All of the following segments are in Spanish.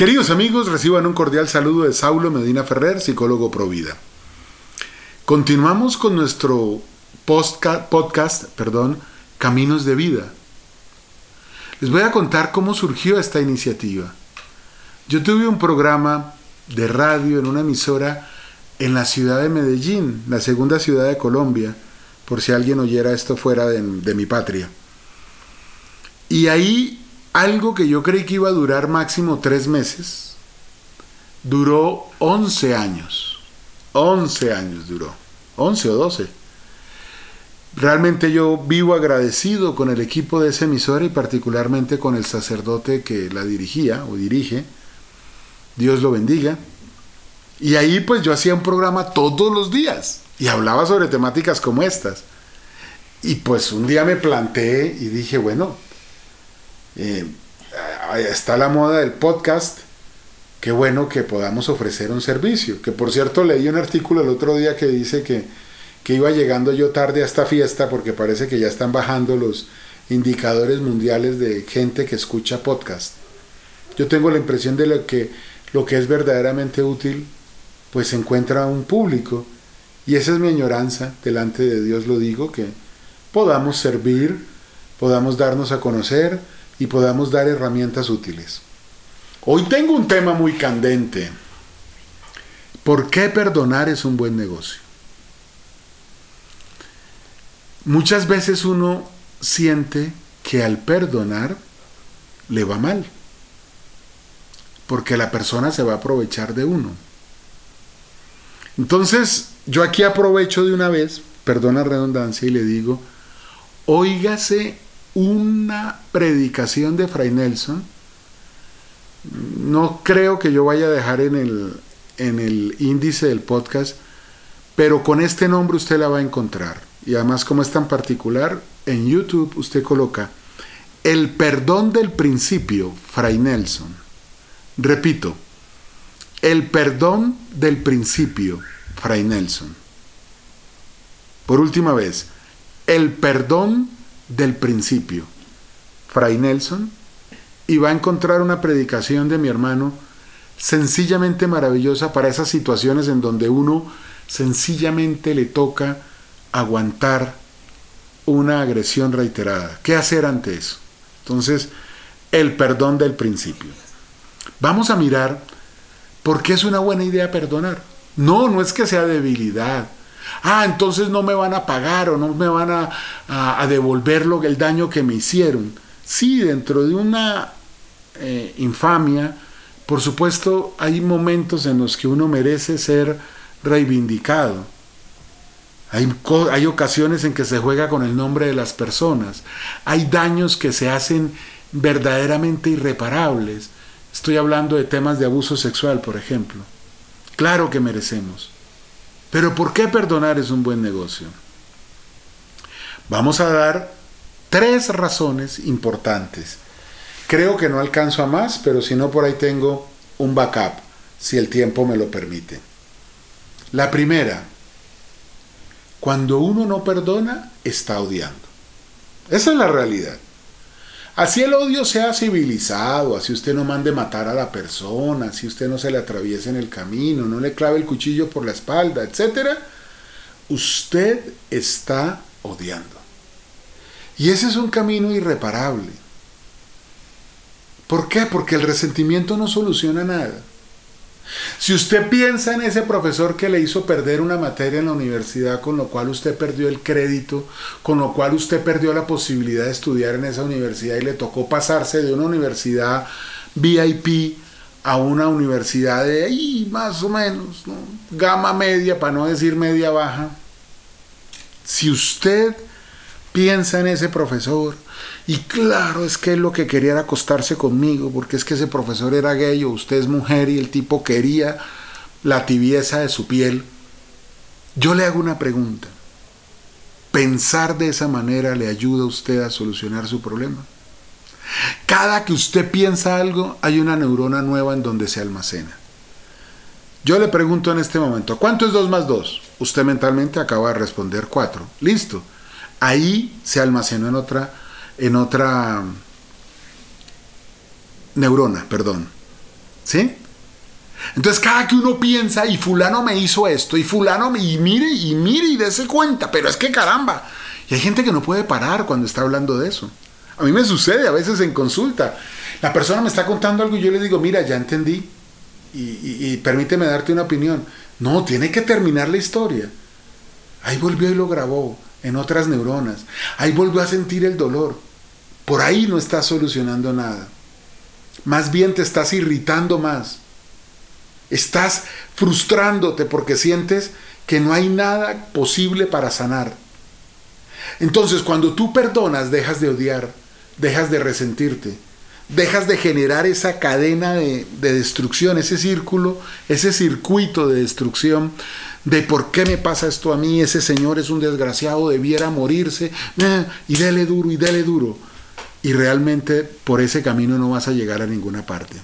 Queridos amigos, reciban un cordial saludo de Saulo Medina Ferrer, psicólogo Provida. Continuamos con nuestro podcast, Caminos de Vida. Les voy a contar cómo surgió esta iniciativa. Yo tuve un programa de radio en una emisora en la ciudad de Medellín, la segunda ciudad de Colombia, por si alguien oyera esto fuera de mi patria. Y ahí algo que yo creí que iba a durar máximo 3 meses, duró 11 años. 11 años duró, 11 o 12. Realmente yo vivo agradecido con el equipo de esa emisora y particularmente con el sacerdote que la dirigía o dirige. Dios lo bendiga. Y ahí pues yo hacía un programa todos los días y hablaba sobre temáticas como estas. Y pues un día me planteé y dije, bueno, está la moda del podcast, qué bueno que podamos ofrecer un servicio. Que por cierto leí un artículo el otro día que dice que iba llegando yo tarde a esta fiesta porque parece que ya están bajando los indicadores mundiales de gente que escucha podcast. Yo tengo la impresión de lo que es verdaderamente útil pues encuentra un público, y esa es mi añoranza, delante de Dios lo digo, que podamos servir, podamos darnos a conocer y podamos dar herramientas útiles. Hoy tengo un tema muy candente. ¿Por qué perdonar es un buen negocio? Muchas veces uno siente que al perdonar le va mal, porque la persona se va a aprovechar de uno. Entonces, yo aquí aprovecho de una vez, perdona redundancia, y le digo, óigase una predicación de Fray Nelson. No creo que yo vaya a dejar en el índice del podcast, pero con este nombre usted la va a encontrar. Y además, como es tan particular, en YouTube usted coloca El perdón del principio, Fray Nelson. Repito, El perdón del principio, Fray Nelson. Por última vez, El perdón del principio, Fray Nelson, y va a encontrar una predicación de mi hermano sencillamente maravillosa para esas situaciones en donde uno sencillamente le toca aguantar una agresión reiterada. ¿Qué hacer ante eso? Entonces, el perdón del principio. Vamos a mirar por qué es una buena idea perdonar. No es que sea debilidad. Entonces no me van a pagar o no me van a devolver el daño que me hicieron. Sí, dentro de una infamia, por supuesto, hay momentos en los que uno merece ser reivindicado. Hay ocasiones en que se juega con el nombre de las personas. Hay daños que se hacen verdaderamente irreparables. Estoy hablando de temas de abuso sexual, por ejemplo. Claro que merecemos. Pero ¿por qué perdonar es un buen negocio? Vamos a dar 3 razones importantes. Creo que no alcanzo a más, pero si no, por ahí tengo un backup, si el tiempo me lo permite. La primera, cuando uno no perdona, está odiando. Esa es la realidad. Así el odio sea civilizado, así usted no mande matar a la persona, así usted no se le atraviese en el camino, no le clave el cuchillo por la espalda, etc. Usted está odiando. Y ese es un camino irreparable. ¿Por qué? Porque el resentimiento no soluciona nada. Si usted piensa en ese profesor que le hizo perder una materia en la universidad, con lo cual usted perdió el crédito, con lo cual usted perdió la posibilidad de estudiar en esa universidad y le tocó pasarse de una universidad VIP a una universidad de ahí más o menos, ¿no? Gama media, para no decir media baja. Si usted piensa en ese profesor, y claro, es que él lo que quería era acostarse conmigo, porque es que ese profesor era gay o usted es mujer y el tipo quería la tibieza de su piel, yo le hago una pregunta. ¿Pensar de esa manera le ayuda a usted a solucionar su problema? Cada que usted piensa algo, hay una neurona nueva en donde se almacena. Yo le pregunto en este momento, ¿cuánto es 2 más 2? Usted mentalmente acaba de responder 4. Listo. Ahí se almacenó en otra neurona, perdón. ¿Sí? Entonces cada que uno piensa, y fulano me hizo esto, y fulano me, y mire, y dése cuenta, pero es que caramba. Y hay gente que no puede parar cuando está hablando de eso. A mí me sucede a veces en consulta. La persona me está contando algo y yo le digo, mira, ya entendí, y permíteme darte una opinión. No, tiene que terminar la historia. Ahí volvió y lo grabó en otras neuronas. Ahí volvió a sentir el dolor. Por ahí no estás solucionando nada. Más bien te estás irritando más. Estás frustrándote porque sientes que no hay nada posible para sanar. Entonces, cuando tú perdonas, dejas de odiar, dejas de resentirte, dejas de generar esa cadena de destrucción, ese círculo, ese circuito de destrucción de por qué me pasa esto a mí, ese señor es un desgraciado, debiera morirse, y dele duro, y dele duro. Y realmente por ese camino no vas a llegar a ninguna parte.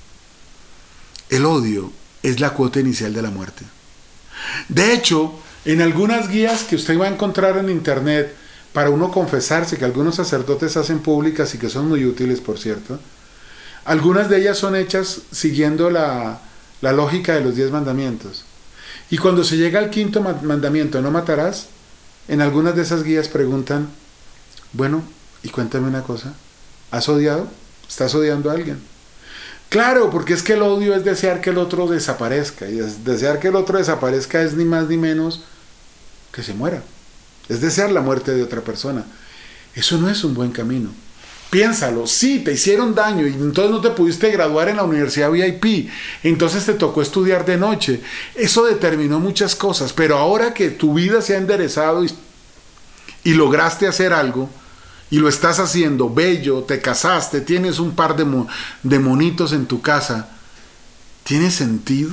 El odio es la cuota inicial de la muerte. De hecho, en algunas guías que usted va a encontrar en internet para uno confesarse, que algunos sacerdotes hacen públicas y que son muy útiles, por cierto, algunas de ellas son hechas siguiendo la lógica de los 10 mandamientos. Y cuando se llega al 5.º mandamiento, no matarás, en algunas de esas guías preguntan, bueno, y cuéntame una cosa, ¿has odiado? ¿Estás odiando a alguien? Claro, porque es que el odio es desear que el otro desaparezca, y desear que el otro desaparezca es ni más ni menos que se muera. Es desear la muerte de otra persona. Eso no es un buen camino. Piénsalo, sí, te hicieron daño y entonces no te pudiste graduar en la universidad VIP, entonces te tocó estudiar de noche. Eso determinó muchas cosas, pero ahora que tu vida se ha enderezado y lograste hacer algo, y lo estás haciendo bello, te casaste, tienes un par de monitos en tu casa, ¿tiene sentido?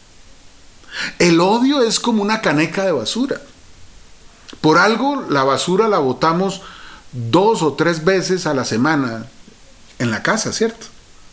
El odio es como una caneca de basura. Por algo la basura la botamos 2 o 3 veces a la semana en la casa, ¿cierto?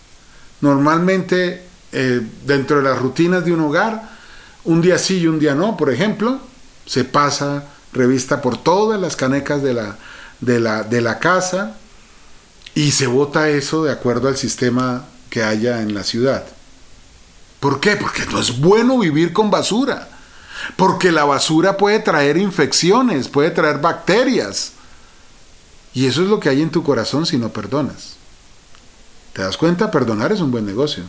Normalmente dentro de las rutinas de un hogar, un día sí y un día no, por ejemplo, se pasa revista por todas las canecas de la casa y se bota eso de acuerdo al sistema que haya en la ciudad. ¿Por qué? Porque no es bueno vivir con basura. Porque la basura puede traer infecciones, puede traer bacterias. Y eso es lo que hay en tu corazón si no perdonas. ¿Te das cuenta? Perdonar es un buen negocio.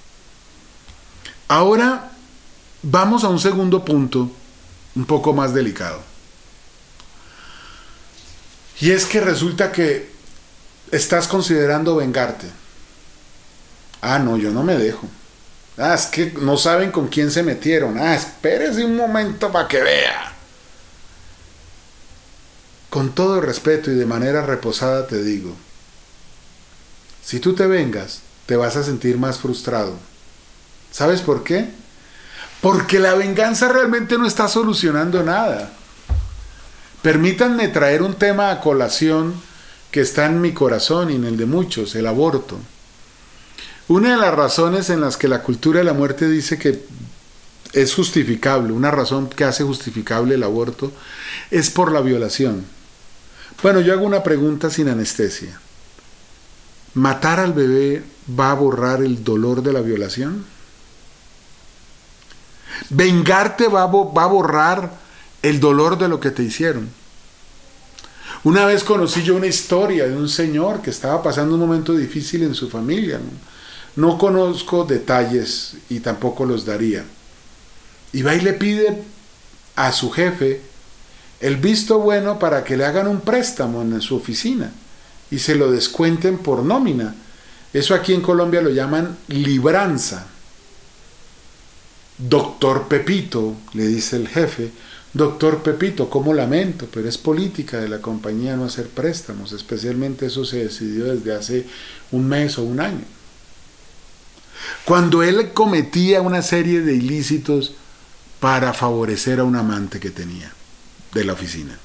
Ahora vamos a un segundo punto, un poco más delicado. Y es que resulta que estás considerando vengarte. Ah, no, yo no me dejo. Ah, es que no saben con quién se metieron. Ah, espérese un momento para que vea. Con todo respeto y de manera reposada te digo, si tú te vengas, te vas a sentir más frustrado. ¿Sabes por qué? Porque la venganza realmente no está solucionando nada. Permítanme traer un tema a colación que está en mi corazón y en el de muchos, el aborto. Una de las razones en las que la cultura de la muerte dice que es justificable, una razón que hace justificable el aborto, es por la violación. Bueno, yo hago una pregunta sin anestesia. ¿Matar al bebé va a borrar el dolor de la violación? ¿Vengarte va a borrar el dolor de lo que te hicieron? Una vez conocí yo una historia de un señor que estaba pasando un momento difícil en su familia. No conozco detalles y tampoco los daría. Y va y le pide a su jefe el visto bueno para que le hagan un préstamo en su oficina y se lo descuenten por nómina. Eso aquí en Colombia lo llaman libranza. Doctor Pepito, le dice el jefe, doctor Pepito, cómo lamento, pero es política de la compañía no hacer préstamos, especialmente eso se decidió desde hace un mes o un año. Cuando él cometía una serie de ilícitos para favorecer a un amante que tenía de la oficina.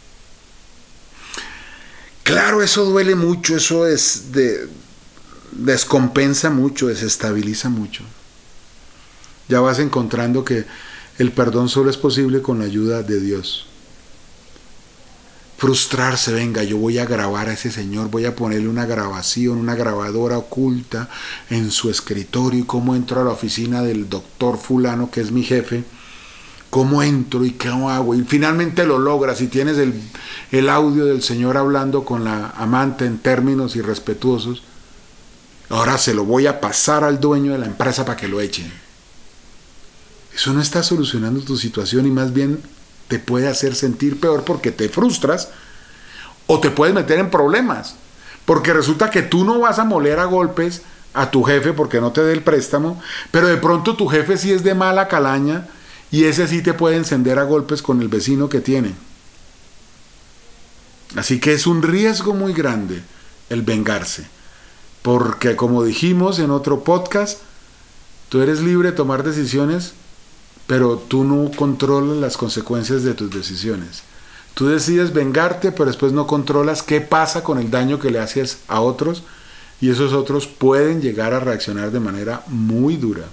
Claro, eso duele mucho, eso descompensa mucho, desestabiliza mucho. Ya vas encontrando que el perdón solo es posible con la ayuda de Dios. frustrarse, venga, yo voy a grabar a ese señor, voy a ponerle una grabación, una grabadora oculta en su escritorio, y cómo entro a la oficina del doctor fulano, que es mi jefe, cómo entro y qué hago, y finalmente lo logras y tienes el audio del señor hablando con la amante en términos irrespetuosos. Ahora se lo voy a pasar al dueño de la empresa para que lo echen. Eso no está solucionando tu situación y más bien te puede hacer sentir peor porque te frustras o te puedes meter en problemas. Porque resulta que tú no vas a moler a golpes a tu jefe porque no te dé el préstamo, pero de pronto tu jefe sí es de mala calaña y ese sí te puede encender a golpes con el vecino que tiene. Así que es un riesgo muy grande el vengarse. Porque como dijimos en otro podcast, tú eres libre de tomar decisiones, pero tú no controlas las consecuencias de tus decisiones. Tú decides vengarte, pero después no controlas qué pasa con el daño que le haces a otros, y esos otros pueden llegar a reaccionar de manera muy dura.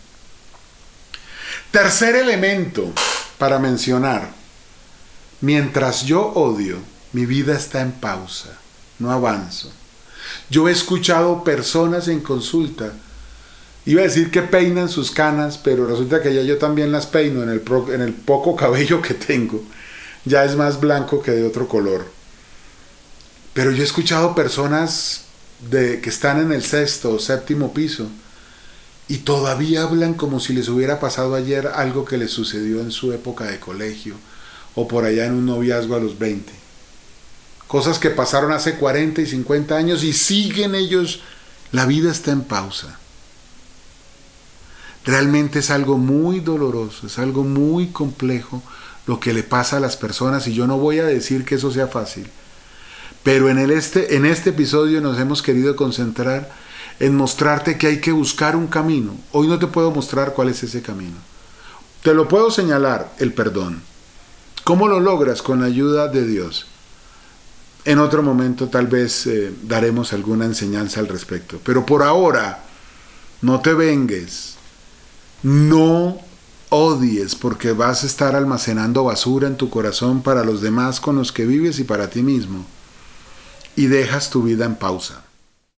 Tercer elemento para mencionar: mientras yo odio, mi vida está en pausa, no avanzo. Yo he escuchado personas en consulta, iba a decir que peinan sus canas, pero resulta que ya yo también las peino en el poco cabello que tengo. Ya es más blanco que de otro color. Pero yo he escuchado personas que están en el 6º o 7º piso y todavía hablan como si les hubiera pasado ayer algo que les sucedió en su época de colegio o por allá en un noviazgo a los 20. Cosas que pasaron hace 40 y 50 años y siguen ellos. La vida está en pausa. Realmente es algo muy doloroso, es algo muy complejo lo que le pasa a las personas, y yo no voy a decir que eso sea fácil. Pero en este episodio nos hemos querido concentrar en mostrarte que hay que buscar un camino. Hoy no te puedo mostrar cuál es ese camino. Te lo puedo señalar: el perdón. ¿Cómo lo logras? Con la ayuda de Dios. En otro momento tal vez daremos alguna enseñanza al respecto. Pero por ahora, no te vengues. No odies, porque vas a estar almacenando basura en tu corazón para los demás con los que vives y para ti mismo. Y dejas tu vida en pausa.